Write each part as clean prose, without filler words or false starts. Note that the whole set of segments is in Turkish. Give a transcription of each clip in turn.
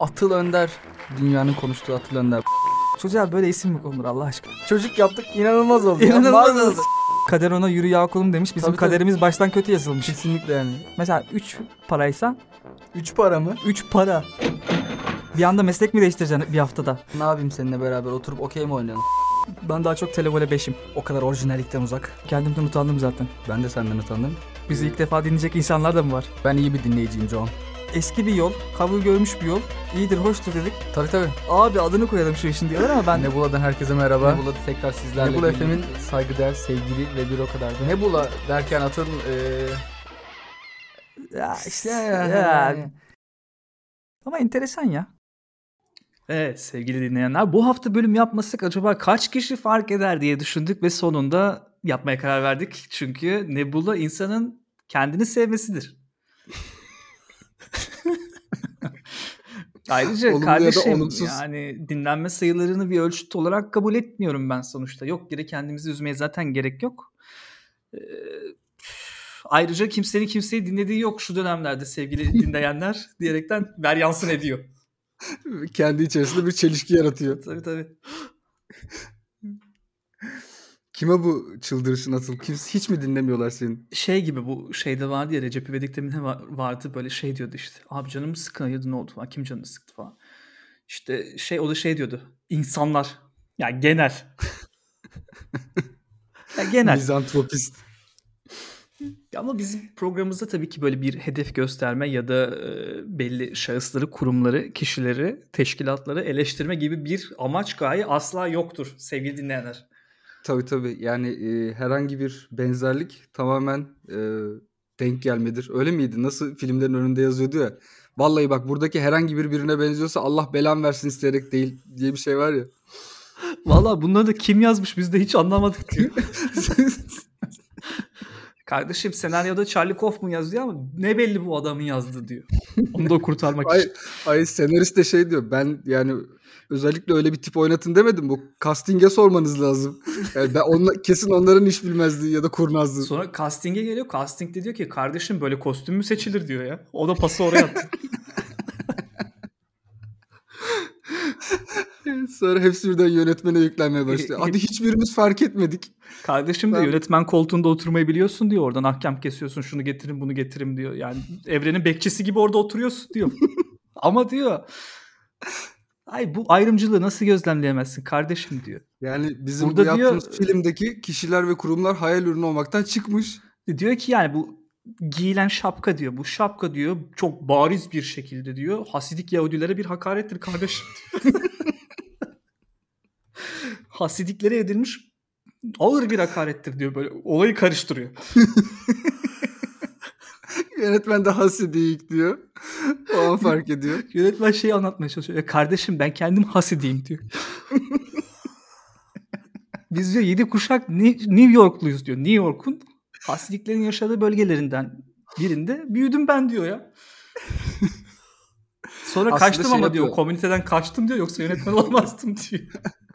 Atıl Önder. Dünyanın konuştuğu Atıl Önder. Çocuğa böyle isim mi konulur Allah aşkına? Çocuk yaptık, inanılmaz oldu. İnanılmaz Marvelous. oldu. Kader ona yürü ya kulum demiş. Bizim Tabii, tabii. kaderimiz baştan kötü yazılmış. Kesinlikle yani. Mesela 3 paraysa 3 para mı? 3 para. Bir anda meslek mi değiştireceksin bir haftada? Ne yapayım seninle beraber oturup okey mi oynayalım? Ben daha çok televole 5'im. O kadar orijinallikten uzak. Kendimden utandım zaten. Ben de senden utandım. Bizi ilk defa dinleyecek insanlar da mı var? Ben iyi bir dinleyiciyim John. Eski bir yol, kabul görmüş bir yol. İyidir, hoştur dedik. Tabii tabii. Abi adını koyalım şu işin diyorlar ama ben... Nebula'dan herkese merhaba. Nebula'da tekrar sizlerle Nebula birlikte. FM'in saygıdeğer, sevgili ve bir o kadar da. Nebula derken Atıl... Ya işte ya. Ama enteresan ya. Evet sevgili dinleyenler, bu hafta bölüm yapmasak acaba kaç kişi fark eder diye düşündük ve sonunda yapmaya karar verdik. Çünkü Nebula insanın kendini sevmesidir. Ayrıca Olumlu ya da kardeşim olumsuz. yani dinlenme sayılarını bir ölçüt olarak kabul etmiyorum ben sonuçta. Yok geri kendimizi üzmeye zaten gerek yok. Ayrıca kimsenin kimseyi dinlediği yok şu dönemlerde sevgili dinleyenler diyerekten ver yansın ediyor. Kendi içerisinde bir çelişki yaratıyor. Tabii. Kime bu çıldırışın Atıl? Hiç mi dinlemiyorlar senin? Şey gibi bu şeyde vardı ya Recep İvedik'te mi ne vardı böyle şey diyordu işte. Abi canım sıkkın hayırdır ne oldu falan. Kim canını sıktı falan. İşte şey o da şey diyordu. İnsanlar. Yani genel. Ya genel. Mizantropist. Ama bizim programımızda tabii ki böyle bir hedef gösterme ya da belli şahısları, kurumları, kişileri, teşkilatları eleştirme gibi bir amaç gaye asla yoktur sevgili dinleyenler. Tabii. Yani herhangi bir benzerlik tamamen denk gelmedir. Öyle miydi? Nasıl filmlerin önünde yazıyordu ya. Vallahi bak buradaki herhangi birine benziyorsa Allah belan versin isteyerek değil diye bir şey var ya. Vallahi bunları da kim yazmış biz de hiç anlamadık diyor. Kardeşim senaryoda Charlie Kaufman yazıyor ama ne belli bu adamın yazdığı diyor. Onu da kurtarmak için. Ay senarist de şey diyor. Ben yani özellikle öyle bir tip oynatın demedim. Bu casting'e sormanız lazım. Yani kesin onların iş bilmezliği ya da kurnazlığı. Sonra casting'e geliyor. Casting de diyor ki kardeşim böyle kostüm mü seçilir diyor ya. O da pası oraya attı. Sonra hepsi birden yönetmene yüklenmeye başlıyor. Hadi hiçbirimiz fark etmedik. Kardeşim de yönetmen koltuğunda oturmayı biliyorsun diyor. Oradan ahkam kesiyorsun. Şunu getirin bunu getirin diyor. Yani evrenin bekçisi gibi orada oturuyorsun diyor. Ama diyor ay bu ayrımcılığı nasıl gözlemleyemezsin kardeşim diyor. Yani bizim burada bu yaptığımız filmdeki kişiler ve kurumlar hayal ürünü olmaktan çıkmış. Diyor ki yani bu giyilen şapka diyor. Bu şapka diyor çok bariz bir şekilde diyor. Hasidik Yahudilere bir hakarettir kardeşim diyor. Hasidiklere edilmiş ağır bir hakarettir diyor. Böyle olayı karıştırıyor. Yönetmen de Hasidik diyor. O an fark ediyor. Yönetmen şeyi anlatmaya çalışıyor. Ya kardeşim ben kendim Hasidiyim diyor. Biz diyor 7 kuşak New Yorkluyuz diyor. New York'un Hasidiklerin yaşadığı bölgelerinden birinde büyüdüm ben diyor ya. Sonra aslında kaçtım ama diyor komüniteden kaçtım diyor yoksa yönetmen olamazdım diyor.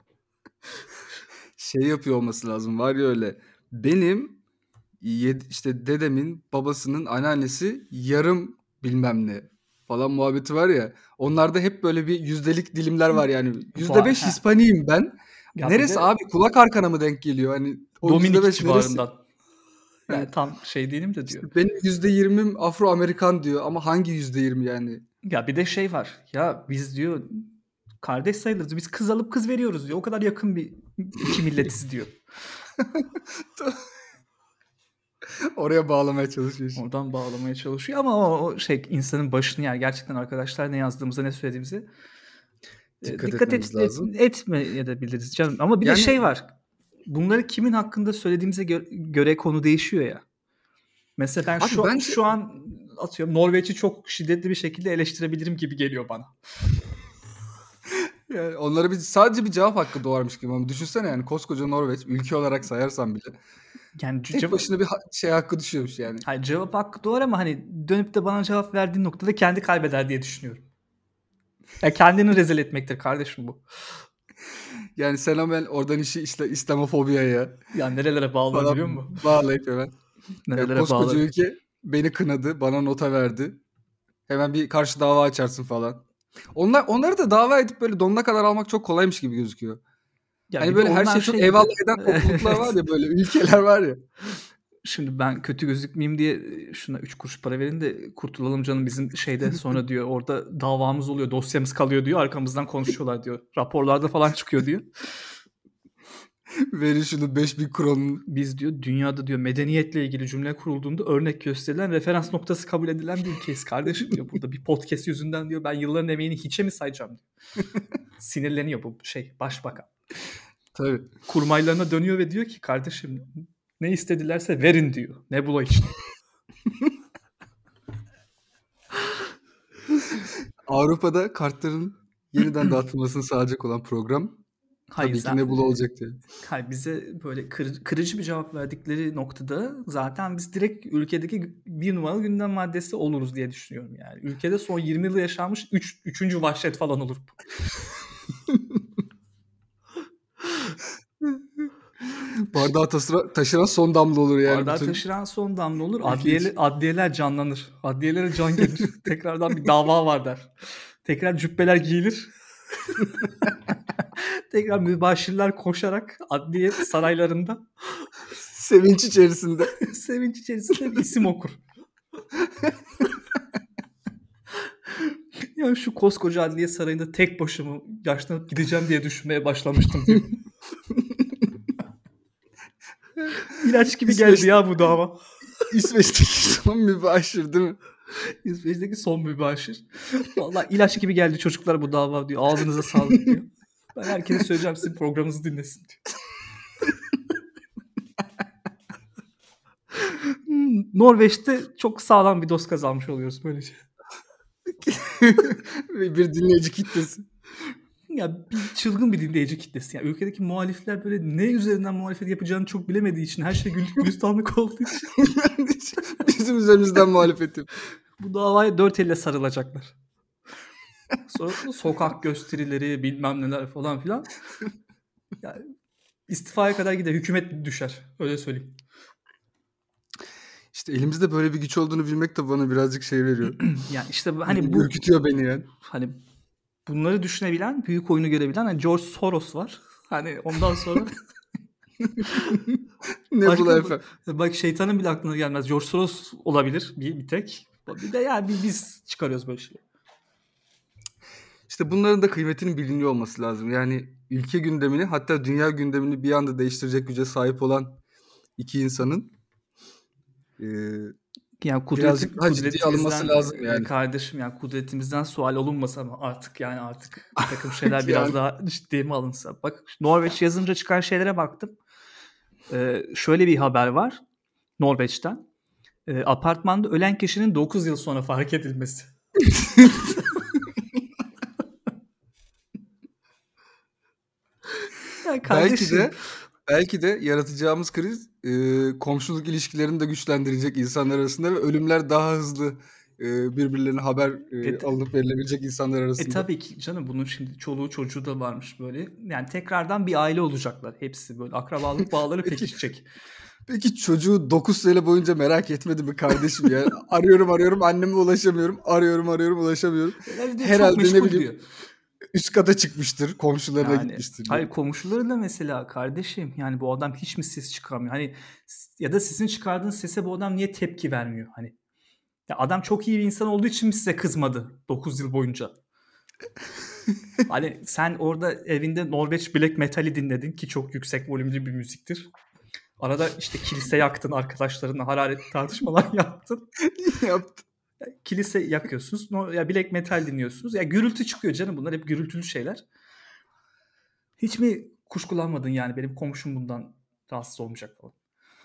Şey yapıyor olması lazım var ya öyle. Benim işte dedemin babasının anneannesi yarım bilmem ne falan muhabbeti var ya. Onlarda hep böyle bir yüzdelik dilimler var yani. %5 Hispaniyim ben. Ya neresi abi kulak arkana mı denk geliyor? Hani o Dominik civarından. Yani evet. Tam şey değilim de diyor. İşte benim %20'm Afro-Amerikan diyor ama hangi %20 yani? Ya bir de şey var. Ya biz diyor kardeş sayılırız. Biz kız alıp kız veriyoruz diyor. O kadar yakın iki milletiz diyor. Oraya bağlamaya çalışıyor. Oradan bağlamaya çalışıyor ama o şey insanın başını yer. Gerçekten arkadaşlar ne yazdığımıza ne söylediğimize dikkat etmeyebiliriz canım. Ama bir de şey var. Bunları kimin hakkında söylediğimize göre konu değişiyor ya. Mesela ben şu an atıyorum Norveç'i çok şiddetli bir şekilde eleştirebilirim gibi geliyor bana. Yani onlara sadece bir cevap hakkı doğarmış gibi ama düşünsene yani koskoca Norveç ülke olarak sayarsan bile. Yani tek başına bir şey hakkı düşüyormuş yani. Hayır cevap hakkı doğar ama hani dönüp de bana cevap verdiğin noktada kendi kaybeder diye düşünüyorum. Ya kendini rezil etmektir kardeşim bu. Yani sen hemen oradan işi işte İslamofobiya ya nerelere bağlı biliyor musun? Bağlayıp hemen. Nerelere koskoca bağlı? ülke beni kınadı, bana nota verdi. Hemen bir karşı dava açarsın falan. Onları da dava edip böyle donuna kadar almak çok kolaymış gibi gözüküyor. Ya hani böyle her şey çok eyvallah eden topluluklar var ya, böyle ülkeler var ya. Şimdi ben kötü gözükmeyeyim diye şuna 3 kuruş para verin de kurtulalım canım bizim şeyde sonra diyor orada davamız oluyor, dosyamız kalıyor diyor, arkamızdan konuşuyorlar diyor. Raporlarda falan çıkıyor diyor. Verin şunu 5000 kronun. Biz diyor dünyada diyor medeniyetle ilgili cümle kurulduğunda örnek gösterilen, referans noktası kabul edilen bir ülkeyiz kardeşim diyor. Burada bir podcast yüzünden diyor ben yılların emeğini hiçe mi sayacağım diyor. Sinirleniyor bu başbakan. Tabii. Kurmaylarına dönüyor ve diyor ki kardeşim ne istedilerse verin diyor. Nebula işte. Avrupa'da kartların yeniden dağıtılmasını sağlayacak olan program tabii ki Nebula olacak diyor. Hayır, bize böyle kırıcı bir cevap verdikleri noktada zaten biz direkt ülkedeki bir numaralı gündem maddesi oluruz diye düşünüyorum yani. Ülkede son 20 yılda yaşanmış 3. vahşet falan olur. Bardağı taşıran son damla olur yani. Bardağı taşıran son damla olur. Adliyeler canlanır. Adliyelere can gelir. Tekrardan bir dava var der. Tekrar cübbeler giyilir. Tekrar mübaşirler koşarak adliye saraylarında sevinç içerisinde bir isim okur. Ya şu koskoca adliye sarayında tek başıma yaşlanıp gideceğim diye düşünmeye başlamıştım diyor. İlaç gibi geldi ya bu dava. İsveç'teki son mübaşir değil mi? İsveç'teki son mübaşir. Vallahi ilaç gibi geldi çocuklar bu dava diyor. Ağzınıza sağlık diyor. Ben herkese söyleyeceğim sizin programınızı dinlesin diyor. Norveç'te çok sağlam bir dost kazanmış oluyoruz böylece. Bir dinleyici kitlesi. Ya çılgın bir dinleyici kitlesi. Yani ülkedeki muhalifler böyle ne üzerinden muhalefet yapacağını çok bilemediği için, her şey güllük gülistanlık olduğu için bizim üzerimizden muhalefet yapıyor. Bu davaya 4 elle sarılacaklar. Sonra sokak gösterileri, bilmem neler falan filan. Yani istifaya kadar gider, hükümet düşer. Öyle söyleyeyim. İşte elimizde böyle bir güç olduğunu bilmek de bana birazcık şey veriyor. Yani işte hani bu ürkütüyor beni yani. Hani bunları düşünebilen, büyük oyunu görebilen hani George Soros var. Hani ondan sonra ne bu efendim? Bak şeytanın bile aklına gelmez. George Soros olabilir bir tek. Bir de yani biz çıkarıyoruz böyle şeyleri. İşte bunların da kıymetinin biliniyor olması lazım. Yani ülke gündemini, hatta dünya gündemini bir anda değiştirecek güce sahip olan iki insanın yani birazcık ciddiye alınması lazım yani. Kardeşim yani kudretimizden sual olunmasa mı artık bir takım şeyler biraz daha ciddiye mi alınsa. Bak Norveç yazınca çıkan şeylere baktım. Şöyle bir haber var Norveç'ten. Apartmanda ölen kişinin 9 yıl sonra fark edilmesi. Yani belki de yaratacağımız kriz komşuluk ilişkilerini de güçlendirecek insanlar arasında ve ölümler daha hızlı birbirlerine haber alınıp verilebilecek insanlar arasında. Tabii ki canım, bunun şimdi çoluğu çocuğu da varmış böyle. Yani tekrardan bir aile olacaklar. Hepsi böyle akrabalık bağları pekişecek. Peki çocuğu 9 sene boyunca merak etmedi mi kardeşim ya? arıyorum anneme ulaşamıyorum. Arıyorum ulaşamıyorum. Herhalde ne bileyim. Diyor. Üst kata çıkmıştır, komşularına gitmiştir. Hayır, komşuları da mesela kardeşim yani bu adam hiç mi ses çıkarmıyor? Hani ya da sizin çıkardığınız sese bu adam niye tepki vermiyor? Hani ya adam çok iyi bir insan olduğu için mi size kızmadı 9 yıl boyunca? Hani sen orada evinde Norveç Black Metal'i dinledin ki çok yüksek volümlü bir müziktir. Arada işte kilise yaktın, arkadaşlarınla hararetli tartışmalar yaptın. Kilise yakıyorsunuz. Ya Black Metal dinliyorsunuz. Ya gürültü çıkıyor canım. Bunlar hep gürültülü şeyler. Hiç mi kuşkulanmadın yani benim komşum bundan rahatsız olmayacak falan?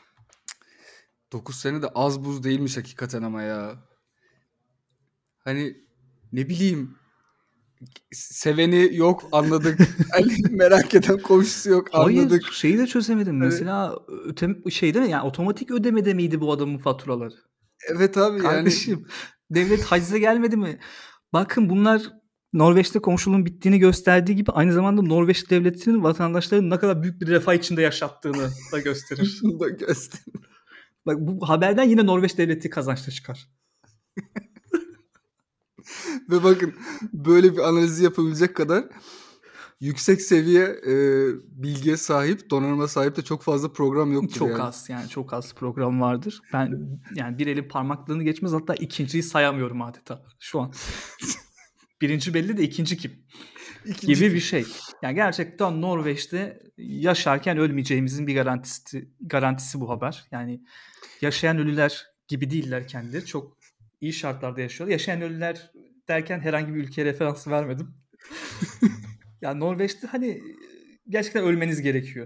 9 sene de az buz değilmiş hakikaten ama ya. Hani ne bileyim, seveni yok anladık. Hani merak eden komşusu yok anladık. Hayır, şeyi de çözemedim. Hani... Mesela şeyde mi yani otomatik ödemede miydi bu adamın faturaları? Evet abi kardeşim, yani. Devlet hacize gelmedi mi? Bakın bunlar Norveç'te komşuluğun bittiğini gösterdiği gibi aynı zamanda Norveç devletinin vatandaşların ne kadar büyük bir refah içinde yaşattığını da gösterir. Bak bu haberden yine Norveç devleti kazançlı çıkar. Ve bakın böyle bir analizi yapabilecek kadar yüksek seviye bilgiye sahip, donanıma sahip de çok fazla program yoktur Çok yani. az yani çok az program vardır. Ben yani bir elin parmaklarını geçmez, hatta ikinciyi sayamıyorum adeta şu an. Birinci belli de ikinci kim? Gibi bir şey. Yani gerçekten Norveç'te yaşarken ölmeyeceğimizin bir garantisi bu haber. Yani yaşayan ölüler gibi değiller kendileri. Çok iyi şartlarda yaşıyorlar. Yaşayan ölüler derken herhangi bir ülkeye referans vermedim. Yani Norveç'te hani gerçekten ölmeniz gerekiyor.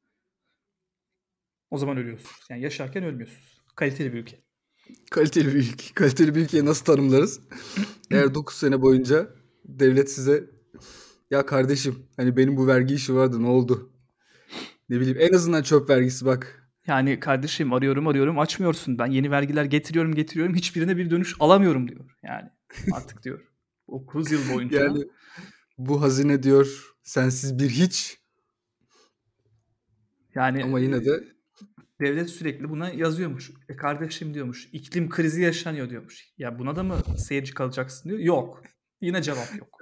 O zaman ölüyorsunuz. Yani yaşarken ölmüyorsunuz. Kaliteli bir ülke. Kaliteli bir ülke. Kaliteli bir ülkeyi nasıl tanımlarız? Eğer 9 sene boyunca devlet size ya kardeşim hani benim bu vergi işi vardı ne oldu? Ne bileyim en azından çöp vergisi bak. Yani kardeşim arıyorum açmıyorsun. Ben yeni vergiler getiriyorum. Hiçbirine bir dönüş alamıyorum diyor. Yani artık diyor. 9 yıl boyunca. Yani bu hazine diyor sensiz bir hiç. Yani Ama yine de devlet sürekli buna yazıyormuş. Kardeşim diyormuş. İklim krizi yaşanıyor diyormuş. Ya buna da mı seyirci kalacaksın diyor. Yok. Yine cevap yok.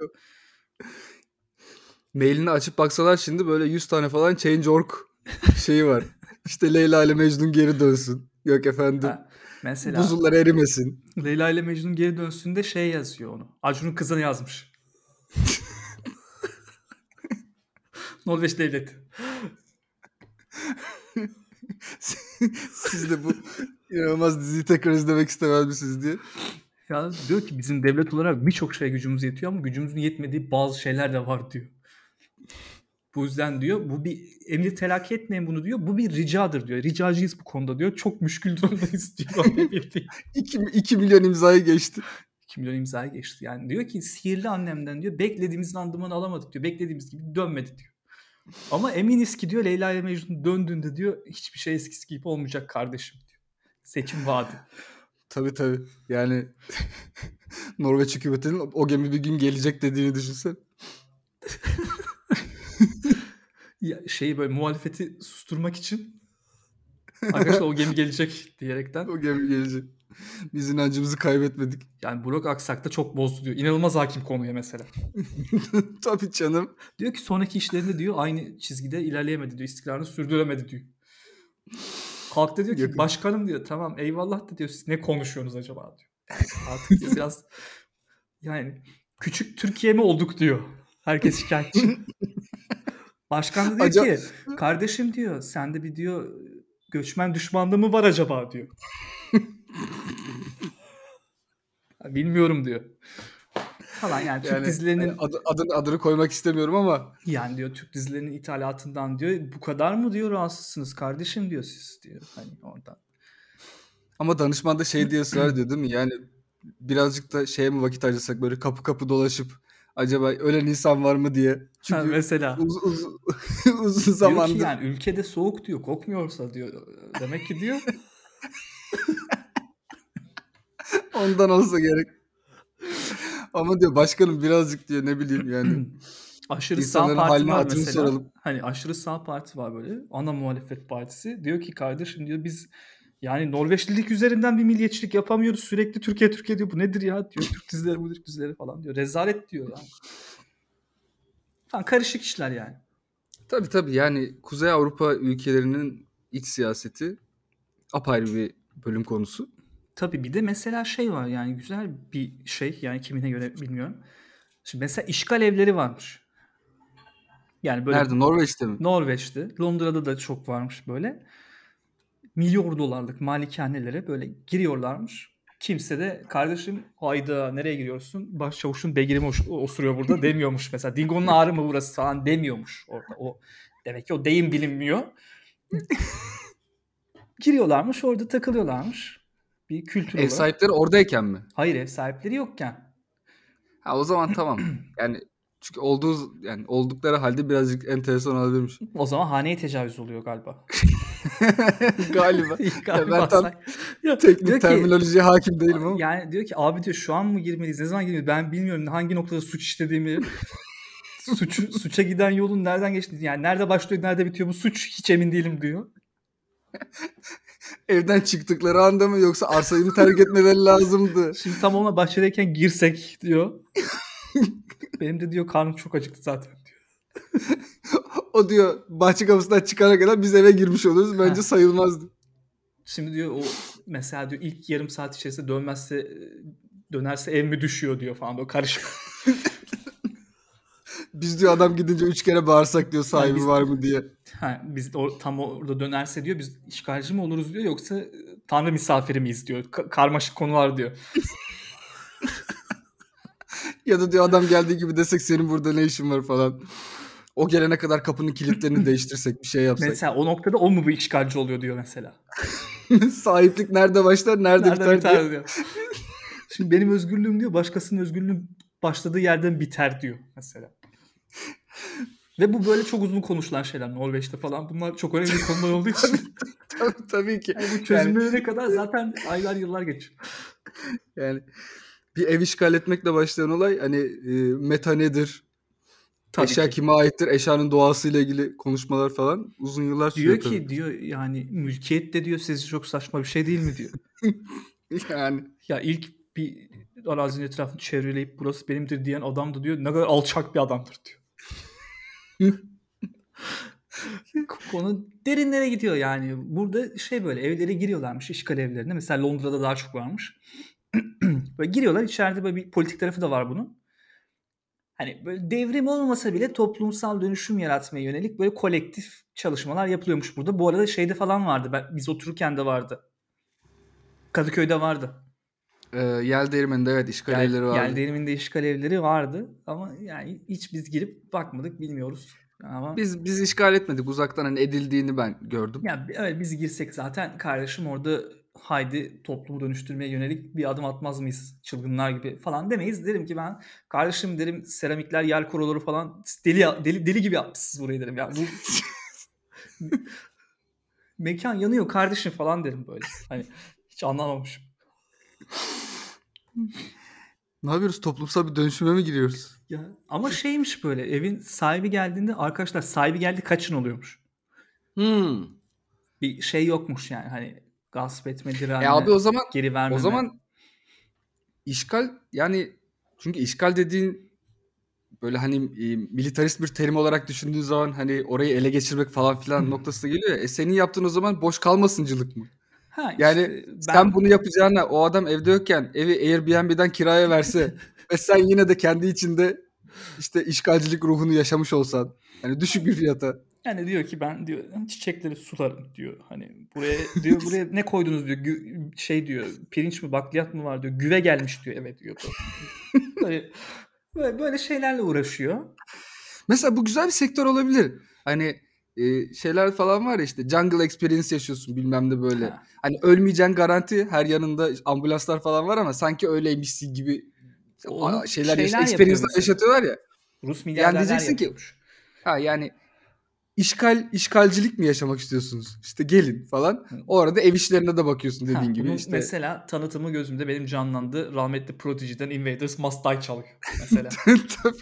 mailini açıp baksalar şimdi böyle 100 tane falan Change.org şeyi var. İşte Leyla ile Mecnun geri dönsün. Yok efendim. Mesela buzullar erimesin. Leyla ile Mecnun geri dönsün de şey yazıyor onu. Acun'un kızını yazmış. Norveç devleti. Siz de bu inanılmaz diziyi tekrar izlemek istemez misiniz diye. Ya diyor ki bizim devlet olarak birçok şeye gücümüz yetiyor ama gücümüzün yetmediği bazı şeyler de var diyor. Bu yüzden diyor bu bir emri telakki etmeyin bunu diyor. Bu bir ricadır diyor. Ricacıyız bu konuda diyor. Çok müşkül durumdayız diyor. 2 milyon imzayı geçti. 2 milyon imzayı geçti. Yani diyor ki sihirli annemden diyor beklediğimiz randımanı alamadık diyor. Beklediğimiz gibi dönmedi diyor. Ama eminiz ki diyor Leyla ile Mecnun döndüğünde diyor hiçbir şey eskisi gibi olmayacak kardeşim diyor. Seçim vaadi. Tabii. Yani Norveç hükümetinin o gemi bir gün gelecek dediğini düşünsen. Ya şeyi böyle muhalefeti susturmak için arkadaşlar o gemi gelecek diyerekten. O gemi gelecek. Biz inancımızı kaybetmedik. Yani Burak Aksak da çok bozdu diyor. İnanılmaz hakim konuya mesela. Tabii canım. Diyor ki sonraki işlerinde diyor aynı çizgide ilerleyemedi diyor. İstikrarını sürdüremedi diyor. Halk da diyor ki başkanım diyor tamam eyvallah da diyor siz ne konuşuyorsunuz acaba diyor. Artık diyor, biraz yani küçük Türkiye mi olduk diyor. Herkes şikayetçi. Başkan da diyor ki kardeşim diyor sende bir diyor göçmen düşmanlığı mı var acaba diyor. Bilmiyorum diyor. Falan yani Türk dizilerinin adını koymak istemiyorum ama yani diyor Türk dizilerinin ithalatından diyor bu kadar mı diyor rahatsızsınız kardeşim diyor siz diyor hani oradan. Ama danışman da şey diye ısrar diyor değil mi? Yani birazcık da şeye mi vakit harcasak böyle kapı kapı dolaşıp acaba ölen insan var mı diye. Çünkü mesela uzun zamandır. Diyor ki yani ülkede soğuk diyor kokmuyorsa diyor demek ki diyor. Ondan olsa gerek. Ama diyor başkanım birazcık diyor ne bileyim yani. Aşırı sağ parti var mesela. Soralım. Hani aşırı sağ parti var böyle. Ana muhalefet partisi. Diyor ki kardeşim diyor biz yani Norveçlilik üzerinden bir milliyetçilik yapamıyoruz. Sürekli Türkiye diyor. Bu nedir ya diyor. Türk dizileri bu Türk dizileri falan diyor. Rezalet diyor yani. Falan karışık işler yani. Tabii yani Kuzey Avrupa ülkelerinin iç siyaseti apayrı bir bölüm konusu. Tabii bir de mesela şey var yani güzel bir şey yani kimine göre bilmiyorum. Şimdi mesela işgal evleri varmış. Yani böyle nerede? Norveç'te mi? Norveç'te. Londra'da da çok varmış böyle. Milyon dolarlık malikanelere böyle giriyorlarmış. Kimse de kardeşim hayda nereye giriyorsun? Başçavuşun beygiri mi osuruyor burada demiyormuş mesela. Dingo'nun ağrı mı burası falan demiyormuş orada. O demek ki o deyim bilinmiyor. Giriyorlarmış orada takılıyorlarmış. Bir kültür olarak. Ev sahipleri oradayken mi? Hayır ev sahipleri yokken. Ha o zaman tamam. Yani çünkü oldukları halde birazcık enteresan olabilirmiş. O zaman haneye tecavüz oluyor galiba. Galiba. Galiba ben tam teknik terminolojiye hakim değilim ama. Yani diyor ki abi diyor şu an mı girmeliyiz? Ne zaman girmeliyiz? Ben bilmiyorum hangi noktada suç işlediğimi. Suça giden yolun nereden geçtiğini. Yani nerede başlıyor nerede bitiyor bu suç hiç emin değilim diyor. Evden çıktıkları anda mı yoksa arsayı mı terk etmeleri lazımdı? Şimdi tam ona bahçedeyken girsek diyor. Benim de diyor karnım çok acıktı zaten diyor. O diyor bahçe kapısından çıkana kadar biz eve girmiş oluruz. Bence sayılmazdı. Şimdi diyor o mesela diyor ilk yarım saat içerisinde dönerse ev mi düşüyor diyor falan böyle karışık. Biz diyor adam gidince 3 kere bağırsak diyor sahibi var mı diye. Biz tam orada dönerse diyor biz işgalci mi oluruz diyor yoksa tanrı misafiri miyiz diyor. Karmaşık konular diyor. Ya da diyor adam geldiği gibi desek senin burada ne işin var falan. O gelene kadar kapının kilitlerini değiştirsek bir şey yapsak. Mesela o noktada o mu bu işgalci oluyor diyor mesela. Sahiplik nerede başlar nerede biter diyor. Şimdi benim özgürlüğüm diyor başkasının özgürlüğü başladığı yerden biter diyor mesela. Ve bu böyle çok uzun konuşulan şeyler Norveç'te falan. Bunlar çok önemli konular olduğu için. Tabii ki. Yani bu çözümlerine kadar zaten aylar yıllar geçiyor. Yani bir ev işgal etmekle başlayan olay hani meta nedir? Tabii eşya ki. Kime aittir? Eşyanın doğasıyla ilgili konuşmalar falan uzun yıllar sürüyor. Diyor ki diyor yani mülkiyet de diyor sizce çok saçma bir şey değil mi diyor. Yani. Ya ilk bir arazinin etrafını çevreleyip burası benimdir diyen adam da diyor ne kadar alçak bir adamdır diyor. Konu derinlere gidiyor yani. Burada böyle evlere giriyorlarmış işgal evlerine. Mesela Londra'da daha çok varmış. Böyle giriyorlar içeride böyle bir politik tarafı da var bunun. Hani böyle devrim olmasa bile toplumsal dönüşüm yaratmaya yönelik böyle kolektif çalışmalar yapılıyormuş burada. Bu arada şeyde falan vardı. Biz otururken de vardı. Kadıköy'de vardı. Yeldeğirmen'de evet işgal evleri vardı. Yeldeğirmen'de işgal evleri vardı. Ama yani hiç biz girip bakmadık bilmiyoruz. Ama biz işgal etmedik. Uzaktan hani edildiğini ben gördüm. Ya evet biz girsek zaten kardeşim orada haydi toplumu dönüştürmeye yönelik bir adım atmaz mıyız çılgınlar gibi falan demeyiz. Derim ki ben kardeşim derim seramikler yer koruları falan deli gibi yapmışsınız burayı derim ya. Bu mekan yanıyor kardeşim falan derim böyle. Hani hiç anlamamışım. Ne yapıyoruz? Toplumsal bir dönüşüme mi giriyoruz? Ya ama şeymiş böyle evin sahibi geldiğinde arkadaşlar sahibi geldi kaçın oluyormuş. Bir şey yokmuş yani hani gasp etme direnme. Abi o zaman geri vermeme. O zaman işgal yani çünkü işgal dediğin böyle hani militarist bir terim olarak düşündüğün zaman hani orayı ele geçirmek falan filan noktasına geliyor ya. Senin yaptığın o zaman boş kalmasıncılık mı? Yani işte sen bunu yapacağına o adam evde yokken evi Airbnb'den kiraya verse ve sen yine de kendi içinde işte işgalcilik ruhunu yaşamış olsan hani düşük bir fiyata. Yani diyor ki ben diyor çiçekleri sularım diyor. Hani buraya ne koydunuz diyor. Diyor pirinç mi bakliyat mı var diyor. Güve gelmiş diyor. Evet diyor. Böyle şeylerle uğraşıyor. Mesela bu güzel bir sektör olabilir. Hani şeyler falan var ya işte jungle experience yaşıyorsun bilmem ne böyle. Hani ölmeyeceksin garanti her yanında ambulanslar falan var ama sanki öyleymişsin gibi şeyler experience'lar yaşatıyorlar ya. Rus milyarderler yani diyeceksin yapıyormuş. Ki yani işgalcilik mi yaşamak istiyorsunuz? İşte gelin falan. O arada ev işlerine de bakıyorsun dediğin gibi işte. Mesela tanıtımı gözümde benim canlandı. Rahmetli Prodigy'den Invaders Must Die çalıyor mesela. Tabii.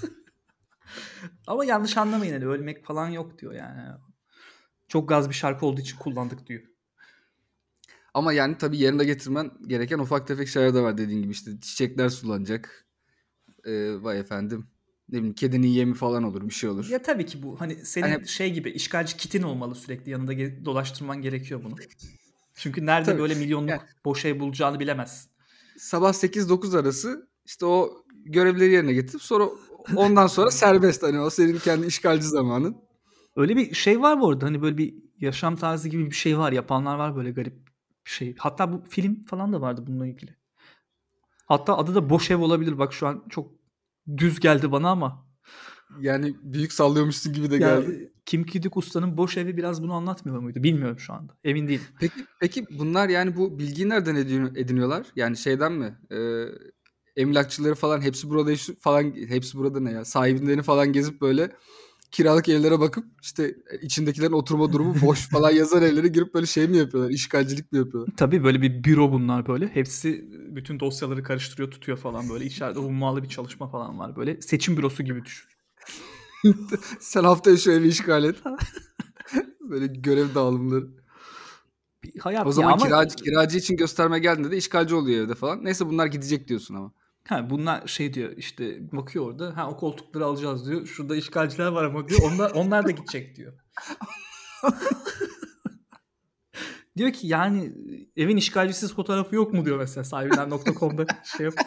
Ama yanlış anlamayın hani ölmek falan yok diyor yani. Çok gaz bir şarkı olduğu için kullandık diyor. Ama yani tabii yerine getirmen gereken ufak tefek şeyler de var dediğin gibi işte çiçekler sulanacak. Vay efendim. Ne bileyim kedinin yemi falan olur bir şey olur. Ya tabii ki bu hani senin gibi işgalci kitin olmalı sürekli yanında dolaştırman gerekiyor bunu. Çünkü nerede tabii. Böyle milyonluk boş ev bulacağını bilemezsin. Sabah 8-9 arası işte o görevleri yerine getirip sonra ondan sonra serbest hani o senin kendi işgalci zamanın. Öyle bir şey var mı orada hani böyle bir yaşam tarzı gibi bir şey var yapanlar var böyle garip bir şey. Hatta bu film falan da vardı bununla ilgili. Hatta adı da Boş Ev olabilir bak şu an çok düz geldi bana ama. Yani büyük sallıyormuşsun gibi de geldi. Kim Ki-duk Usta'nın Boş Evi biraz bunu anlatmıyor muydu? Bilmiyorum şu anda. Emin değilim. Peki bunlar yani bu bilgiyi nereden ediniyorlar? Yani şeyden mi? Emlakçıları falan hepsi burada ne ya? Sahiplerini falan gezip böyle kiralık evlere bakıp işte içindekilerin oturma durumu boş falan yazan evlere girip böyle şey mi yapıyorlar? İşgalcilik mi yapıyorlar? Tabii böyle bir büro bunlar böyle. Hepsi bütün dosyaları karıştırıyor tutuyor falan böyle. İçeride hummalı bir çalışma falan var böyle. Seçim bürosu gibi düşün. Sen haftaya şu evi işgal et. Böyle görev dağılımları. Bir hayat O zaman ya ama kiracı için gösterme geldiğinde de işgalci oluyor evde falan. Neyse bunlar gidecek diyorsun ama. bunlar şey diyor işte bakıyor orada o koltukları alacağız diyor. Şurada işgalciler var ama diyor onlar da gidecek diyor. Diyor ki yani evin işgalcisiz fotoğrafı yok mu diyor mesela sahibinden.com'da şey yapıp.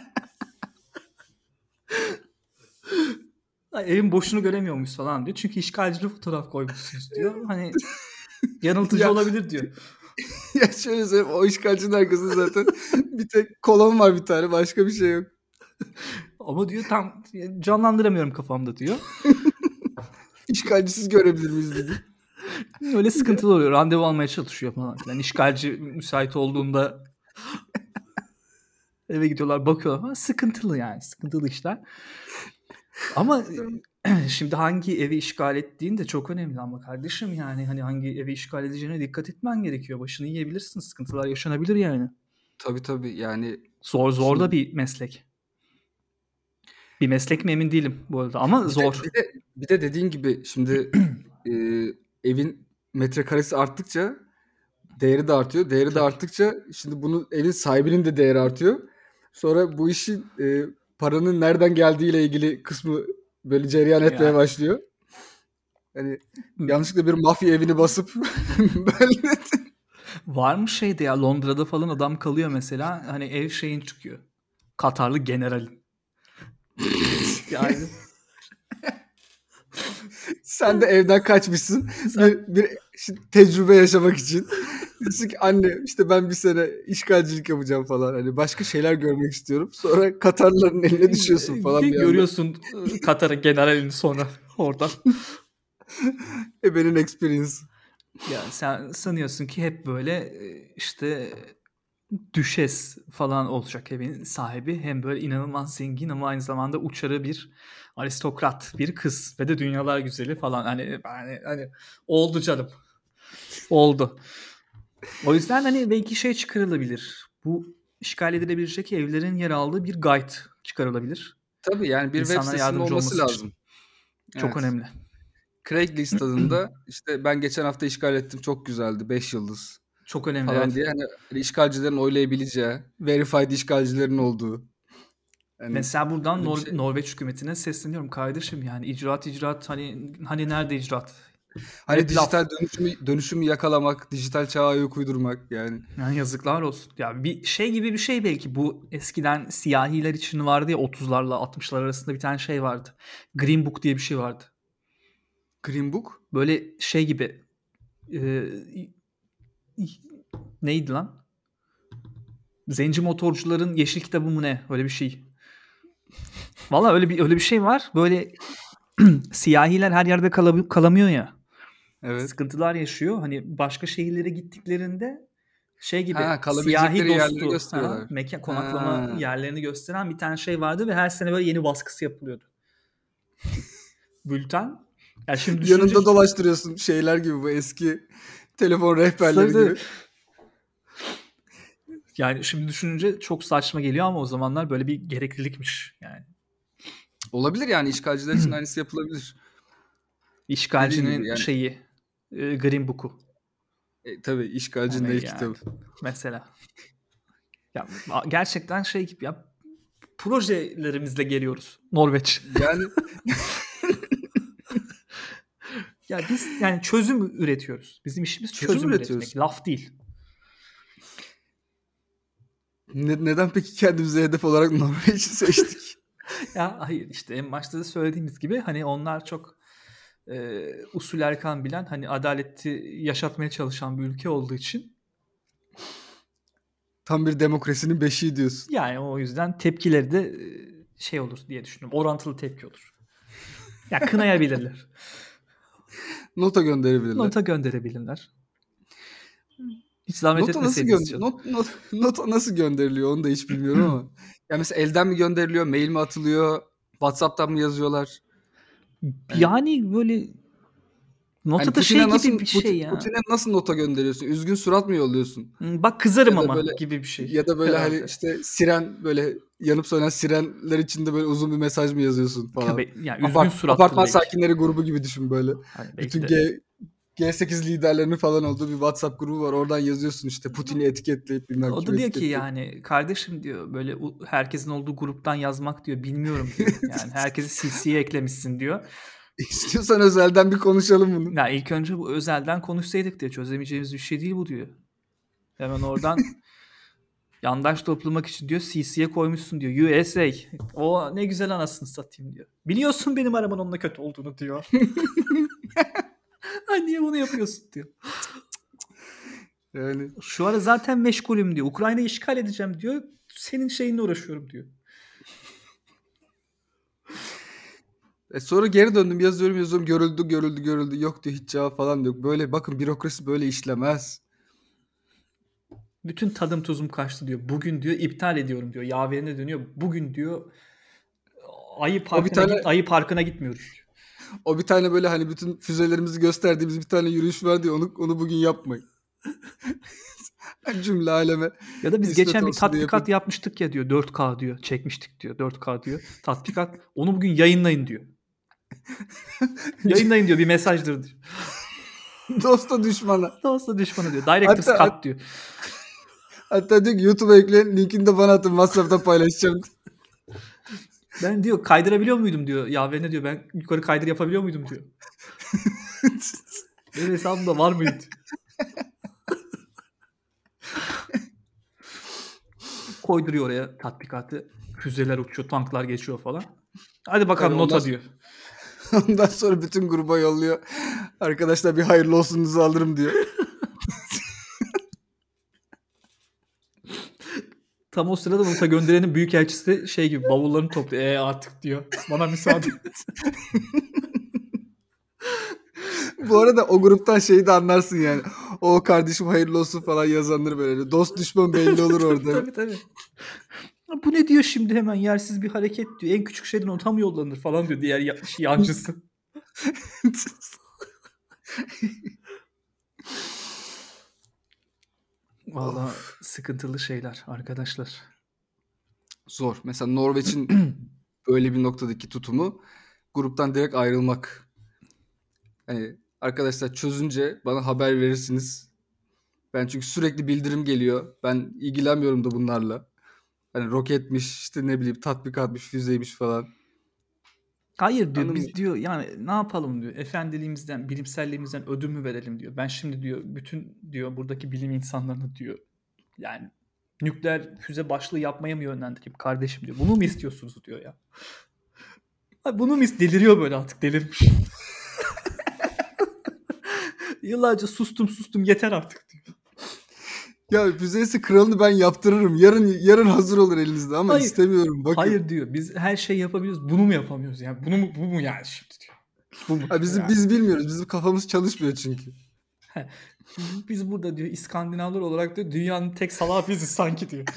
Evin boşunu göremiyor muyuz falan diyor. Çünkü işgalcili fotoğraf koymuşsunuz diyor. Hani yanıltıcı olabilir diyor. Ya şöyle söyleyeyim, o işgalcinin arkasında zaten bir tek kolon var bir tane, başka bir şey yok. Ama diyor tam canlandıramıyorum kafamda diyor. İşgalcisiz görebilir miyiz dedi. Öyle sıkıntılı oluyor. Randevu almaya çalışıyor falan filan. İşgalci müsait olduğunda eve gidiyorlar bakıyorlar falan. Sıkıntılı yani. Sıkıntılı işler. Ama şimdi hangi evi işgal ettiğin de çok önemli ama kardeşim yani hani hangi evi işgal edeceğine dikkat etmen gerekiyor. Başını yiyebilirsin. Sıkıntılar yaşanabilir yani. Tabii yani. Zor da bir meslek. Bir meslek mi emin değilim bu arada ama zor. Bir de dediğin gibi şimdi evin metrekaresi arttıkça değeri de artıyor. Değeri de arttıkça şimdi bunu evin sahibinin de değeri artıyor. Sonra bu işin paranın nereden geldiğiyle ilgili kısmı böyle cereyan etmeye başlıyor. Hani yanlışlıkla bir mafya evini basıp böyle. Var mı şeyde ya Londra'da falan adam kalıyor mesela hani ev şeyin çıkıyor. Katarlı generalin. Yani sen de evden kaçmışsın. Bir tecrübe yaşamak için. Diyorsun ki anne işte ben bir sene işgalcilik yapacağım falan. Hani başka şeyler görmek istiyorum. Sonra Katarlıların eline düşüyorsun falan bir görüyorsun Katar'ın generalini sonra oradan. Benim experience. Ya sen sanıyorsun ki hep böyle işte düşes falan olacak evin sahibi. Hem böyle inanılmaz zengin ama aynı zamanda uçarı bir aristokrat bir kız ve de dünyalar güzeli falan. Hani oldu canım. Oldu. O yüzden hani belki şey çıkarılabilir. Bu işgal edilebilecek evlerin yer aldığı bir guide çıkarılabilir. Tabii yani bir web sitesinin olması lazım. Çok önemli. Craigslist adında işte ben geçen hafta işgal ettim çok güzeldi 5 yıldız. Çok önemli falan diye hani işgalcilerin oylayabileceği, verified işgalcilerin olduğu. Yani mesela buradan Norveç hükümetine sesleniyorum kardeşim yani icraat hani nerede icraat? Hani hep dijital dönüşümü yakalamak, dijital çağa ayak uydurmak yani. Yani yazıklar olsun. Ya bir şey gibi bir şey belki bu eskiden siyahiler için vardı ya 30'larla 60'lar arasında bir tane şey vardı. Green Book diye bir şey vardı. Green Book? Böyle şey gibi neydi lan? Zenci motorcuların yeşil kitabı mı ne? Öyle bir şey. Valla öyle bir şey var. Böyle siyahiler her yerde kalamıyor ya. Evet. Sıkıntılar yaşıyor. Hani başka şehirlere gittiklerinde şey gibi siyahi dostu mekan konaklama yerlerini gösteren bir tane şey vardı ve her sene böyle yeni baskısı yapılıyordu. Bülten. Yani şimdi yanında dolaştırıyorsun şeyler gibi bu eski telefon rehberleri gibi. Yani şimdi düşününce çok saçma geliyor ama o zamanlar böyle bir gereklilikmiş yani. Olabilir yani işgalciler için aynısı yapılabilir. İşgalcinin yani. Şeyi Green Book'u. Tabii işgalcinin yani, kitabı. Mesela. Ya gerçekten şey gibi ya projelerimizle geliyoruz Norveç. Yani ya biz yani çözüm üretiyoruz. Bizim işimiz çözüm üretmek. Laf değil. Neden peki kendimize hedef olarak Norveç'i seçtik? Ya hayır işte en başta da söylediğimiz gibi hani onlar çok usul erkan bilen hani adaleti yaşatmaya çalışan bir ülke olduğu için tam bir demokrasinin beşiği diyorsun. Yani o yüzden tepkileri de şey olur diye düşünüyorum. Orantılı tepki olur. Ya kınayabilirler. Nota gönderebilirler. Hiç zahmet etmeseydiniz canım. Nota nasıl gönderiliyor onu da hiç bilmiyorum ama. Ya mesela elden mi gönderiliyor, mail mi atılıyor, WhatsApp'tan mı yazıyorlar? Yani böyle nota da şey gibi bir şey ya. Putin'e nasıl nota gönderiyorsun? Üzgün surat mı yolluyorsun? Bak kızarım ama böyle, gibi bir şey. Ya da böyle herhalde. Hani işte siren böyle yanıp sönen sirenler içinde böyle uzun bir mesaj mı yazıyorsun falan. Yani üzgün suratlı Apartman sakinleri grubu gibi düşün böyle. Hani bütün G8 liderlerinin falan olduğu bir WhatsApp grubu var. Oradan yazıyorsun işte Putin'i etiketleyip bilmem O kimi da diyor ki etiketleyip. yani kardeşim diyor böyle herkesin olduğu gruptan yazmak diyor bilmiyorum diyor. Yani herkesi CC'ye eklemişsin diyor. İstiyorsan özelden bir konuşalım bunu. Ya ilk önce bu özelden konuşsaydık diyor. Çözemeyeceğimiz bir şey değil bu diyor. Hemen oradan yandaş toplamak için diyor CC'ye koymuşsun diyor. USA. O ne güzel anasını satayım diyor. Biliyorsun benim arabanın onunla kötü olduğunu diyor. Ay niye bunu yapıyorsun diyor. Yani şu ara zaten meşgulüm diyor. Ukrayna'yı işgal edeceğim diyor. Senin şeyinle uğraşıyorum diyor. Sonra geri döndüm yazıyorum görüldü yok diyor hiç cevap falan yok. Böyle bakın bürokrasi böyle işlemez. Bütün tadım tuzum kaçtı diyor. Bugün diyor iptal ediyorum diyor. Yaverine dönüyor. Bugün diyor ayı parkına gitmiyoruz diyor. O bir tane böyle hani bütün füzelerimizi gösterdiğimiz bir tane yürüyüş var diyor. Onu bugün yapmayın. Cümle aleme. Ya da biz geçen bir tatbikat yapmıştık ya diyor. 4K diyor. Çekmiştik diyor. 4K diyor. Tatbikat. Onu bugün yayınlayın diyor. Yayınlayın diyor. Bir mesajdır diyor. Dosta düşmana. Dosta düşmana diyor. Director's Cut diyor. Hatta diyor ki YouTube'a ekleyin linkini de bana atın WhatsApp'ta paylaşacağım. Ben diyor kaydırabiliyor muydum diyor. Yaverine diyor ben yukarı kaydır yapabiliyor muydum diyor. Benim hesabımda var mıydı? Koyduruyor oraya tatbikatı. Füzeler uçuyor, tanklar geçiyor falan. Hadi bakalım yani nota diyor. Ondan sonra bütün gruba yolluyor. Arkadaşlar bir hayırlı olsunuzu alırım diyor. Tam o sırada nota gönderenin büyükelçisi şey gibi bavullarını topluyor. Artık diyor. Bana müsaade. Bu arada o gruptan şeyi de anlarsın yani. O kardeşim hayırlı olsun falan yazanları böyle. Dost düşman belli olur orada. Tabii. Bu ne diyor şimdi hemen yersiz bir hareket diyor. En küçük şeyden nota mı yollanır falan diyor diğer yancısı. Vallahi sıkıntılı şeyler arkadaşlar. Zor. Mesela Norveç'in öyle bir noktadaki tutumu gruptan direkt ayrılmak. Hani arkadaşlar çözünce bana haber verirsiniz. Ben çünkü sürekli bildirim geliyor. Ben ilgilenmiyorum da bunlarla. Hani roketmiş, işte ne bileyim tatbikatmış, füzeymiş falan. Hayır diyor biz diyor yani ne yapalım diyor. Efendiliğimizden, bilimselliğimizden ödün mü verelim diyor. Ben şimdi diyor bütün diyor buradaki bilim insanlarını diyor yani nükleer füze başlığı yapmaya mı yönlendireyim kardeşim diyor. Bunu mu istiyorsunuz diyor ya. Bunu mu deliriyor böyle artık delirmiş. Yıllarca sustum yeter artık diyor. Ya füzesi kralını ben yaptırırım. Yarın hazır olur elinizde ama istemiyorum. Bakın. Hayır diyor. Biz her şey yapabiliyoruz. Bunu mu yapamıyoruz yani? Bu mu yani şimdi diyor. Bu mu? Biz bilmiyoruz. Bizim kafamız çalışmıyor çünkü. Biz burada diyor İskandinavlar olarak diyor dünyanın tek salağı biziz sanki diyor.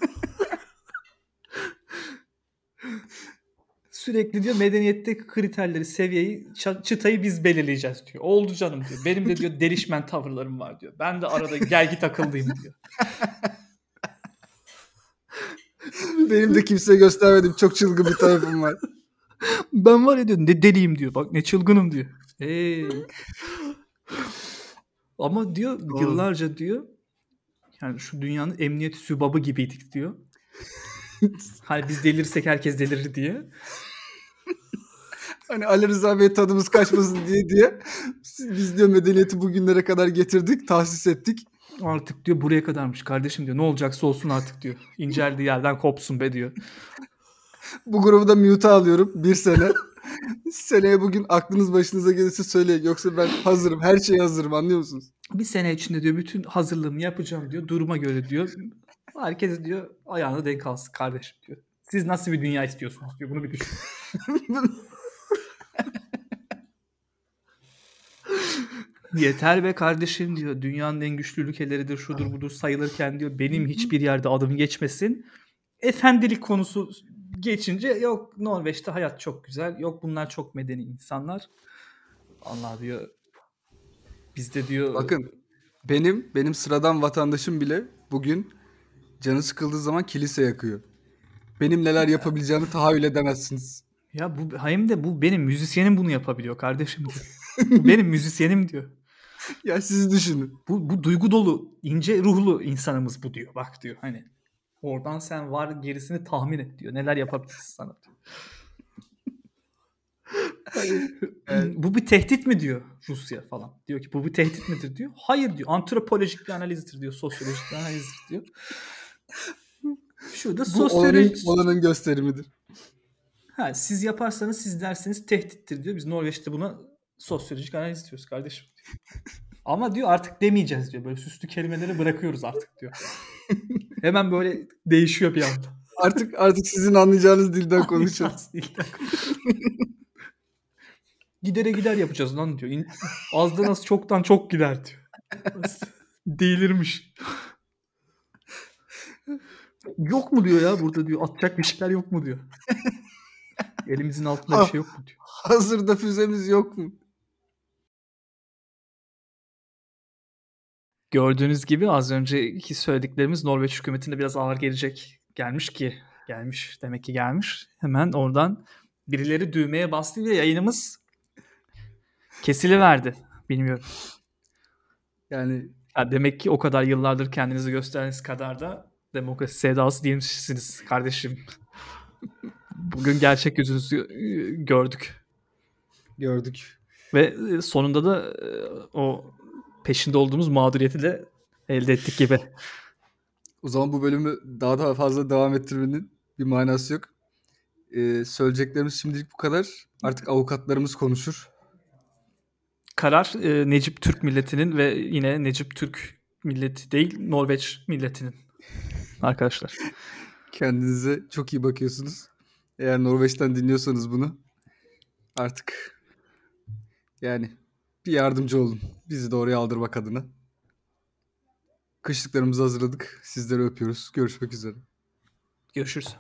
Sürekli diyor medeniyetteki kriterleri, seviyeyi, çıtayı biz belirleyeceğiz diyor. Oldu canım diyor. Benim de diyor delişmen tavırlarım var diyor. Ben de arada gelgi takıldıyım diyor. Benim de kimseye göstermedim. Çok çılgın bir tarafım var. Ben var ya diyor ne deliyim diyor. Bak ne çılgınım diyor. Ama diyor yıllarca diyor yani şu dünyanın emniyet sübabı gibiydik diyor. Hani biz delirsek herkes delirir diye. Hani Ali Rıza Bey tadımız kaçmasın diye. Biz diyor medeniyeti bugünlere kadar getirdik, tahsis ettik. Artık diyor buraya kadarmış kardeşim diyor. Ne olacaksa olsun artık diyor. İnceldiği yerden kopsun be diyor. Bu grubu da mute'a alıyorum 1 sene. Seneye bugün aklınız başınıza gelirse söyleyin. Yoksa ben hazırım. Her şeye hazırım anlıyor musunuz? Bir sene içinde diyor bütün hazırlığımı yapacağım diyor. Duruma göre diyor. Herkes diyor ayağına denk alsın kardeşim diyor. Siz nasıl bir dünya istiyorsunuz diyor. Bunu bir düşün. Yeter be kardeşim diyor. Dünyanın en güçlü ülkeleridir şudur budur sayılırken diyor. Benim hiçbir yerde adım geçmesin. Efendilik konusu geçince yok Norveç'te hayat çok güzel. Yok bunlar çok medeni insanlar. Allah diyor. Bizde diyor. Bakın benim sıradan vatandaşım bile bugün canı sıkıldığı zaman kilise yakıyor. Benim neler yapabileceğimi tahayyül edemezsiniz. Ya bu hem de bu benim müzisyenim bunu yapabiliyor kardeşim diyor. Bu benim müzisyenim diyor. Ya siz düşünün. Bu duygu dolu, ince ruhlu insanımız bu diyor. Bak diyor hani. Oradan sen var gerisini tahmin et diyor. Neler yapabiliriz sana diyor. Hani, Evet. bu bir tehdit mi diyor Rusya falan. Diyor ki bu bir tehdit midir diyor. Hayır diyor. Antropolojik bir analizdir diyor. Sosyolojik bir analizdir diyor. Şurada Bu olanın gösterimidir. Siz yaparsanız siz derseniz tehdittir diyor. Biz Norveç'te buna sosyolojik analiz diyoruz kardeşim diyor. Ama diyor artık demeyeceğiz diyor. Böyle süslü kelimeleri bırakıyoruz artık diyor. Hemen böyle değişiyor bir anda. Artık sizin anlayacağınız dilden konuşacağız. Gidere gider yapacağız lan diyor. Azdan az çoktan çok gider diyor. Delirmiş. Yok mu diyor ya burada diyor. Atacak bir şeyler yok mu diyor. Elimizin altında bir şey yok mu diyor. Hazırda füzemiz yok mu? Gördüğünüz gibi az önceki söylediklerimiz Norveç hükümetine biraz ağır gelmiş. Demek ki gelmiş. Hemen oradan birileri düğmeye bastı ve yayınımız kesiliverdi. Bilmiyorum. Yani demek ki o kadar yıllardır kendinizi gösterdiğiniz kadar da demokrasi sevdalısı değilmişsiniz kardeşim. Bugün gerçek yüzünüzü gördük. Ve sonunda da o peşinde olduğumuz mağduriyeti de elde ettik gibi. O zaman bu bölümü daha fazla devam ettirmenin bir manası yok. Söyleyeceklerimiz şimdilik bu kadar. Artık avukatlarımız konuşur. Karar Necip Türk milletinin ve yine Necip Türk milleti değil Norveç milletinin arkadaşlar. Kendinize çok iyi bakıyorsunuz. Eğer Norveç'ten dinliyorsanız bunu artık yani bir yardımcı olun. Bizi de oraya aldırmak adına. Kışlıklarımızı hazırladık. Sizleri öpüyoruz. Görüşmek üzere. Görüşürüz.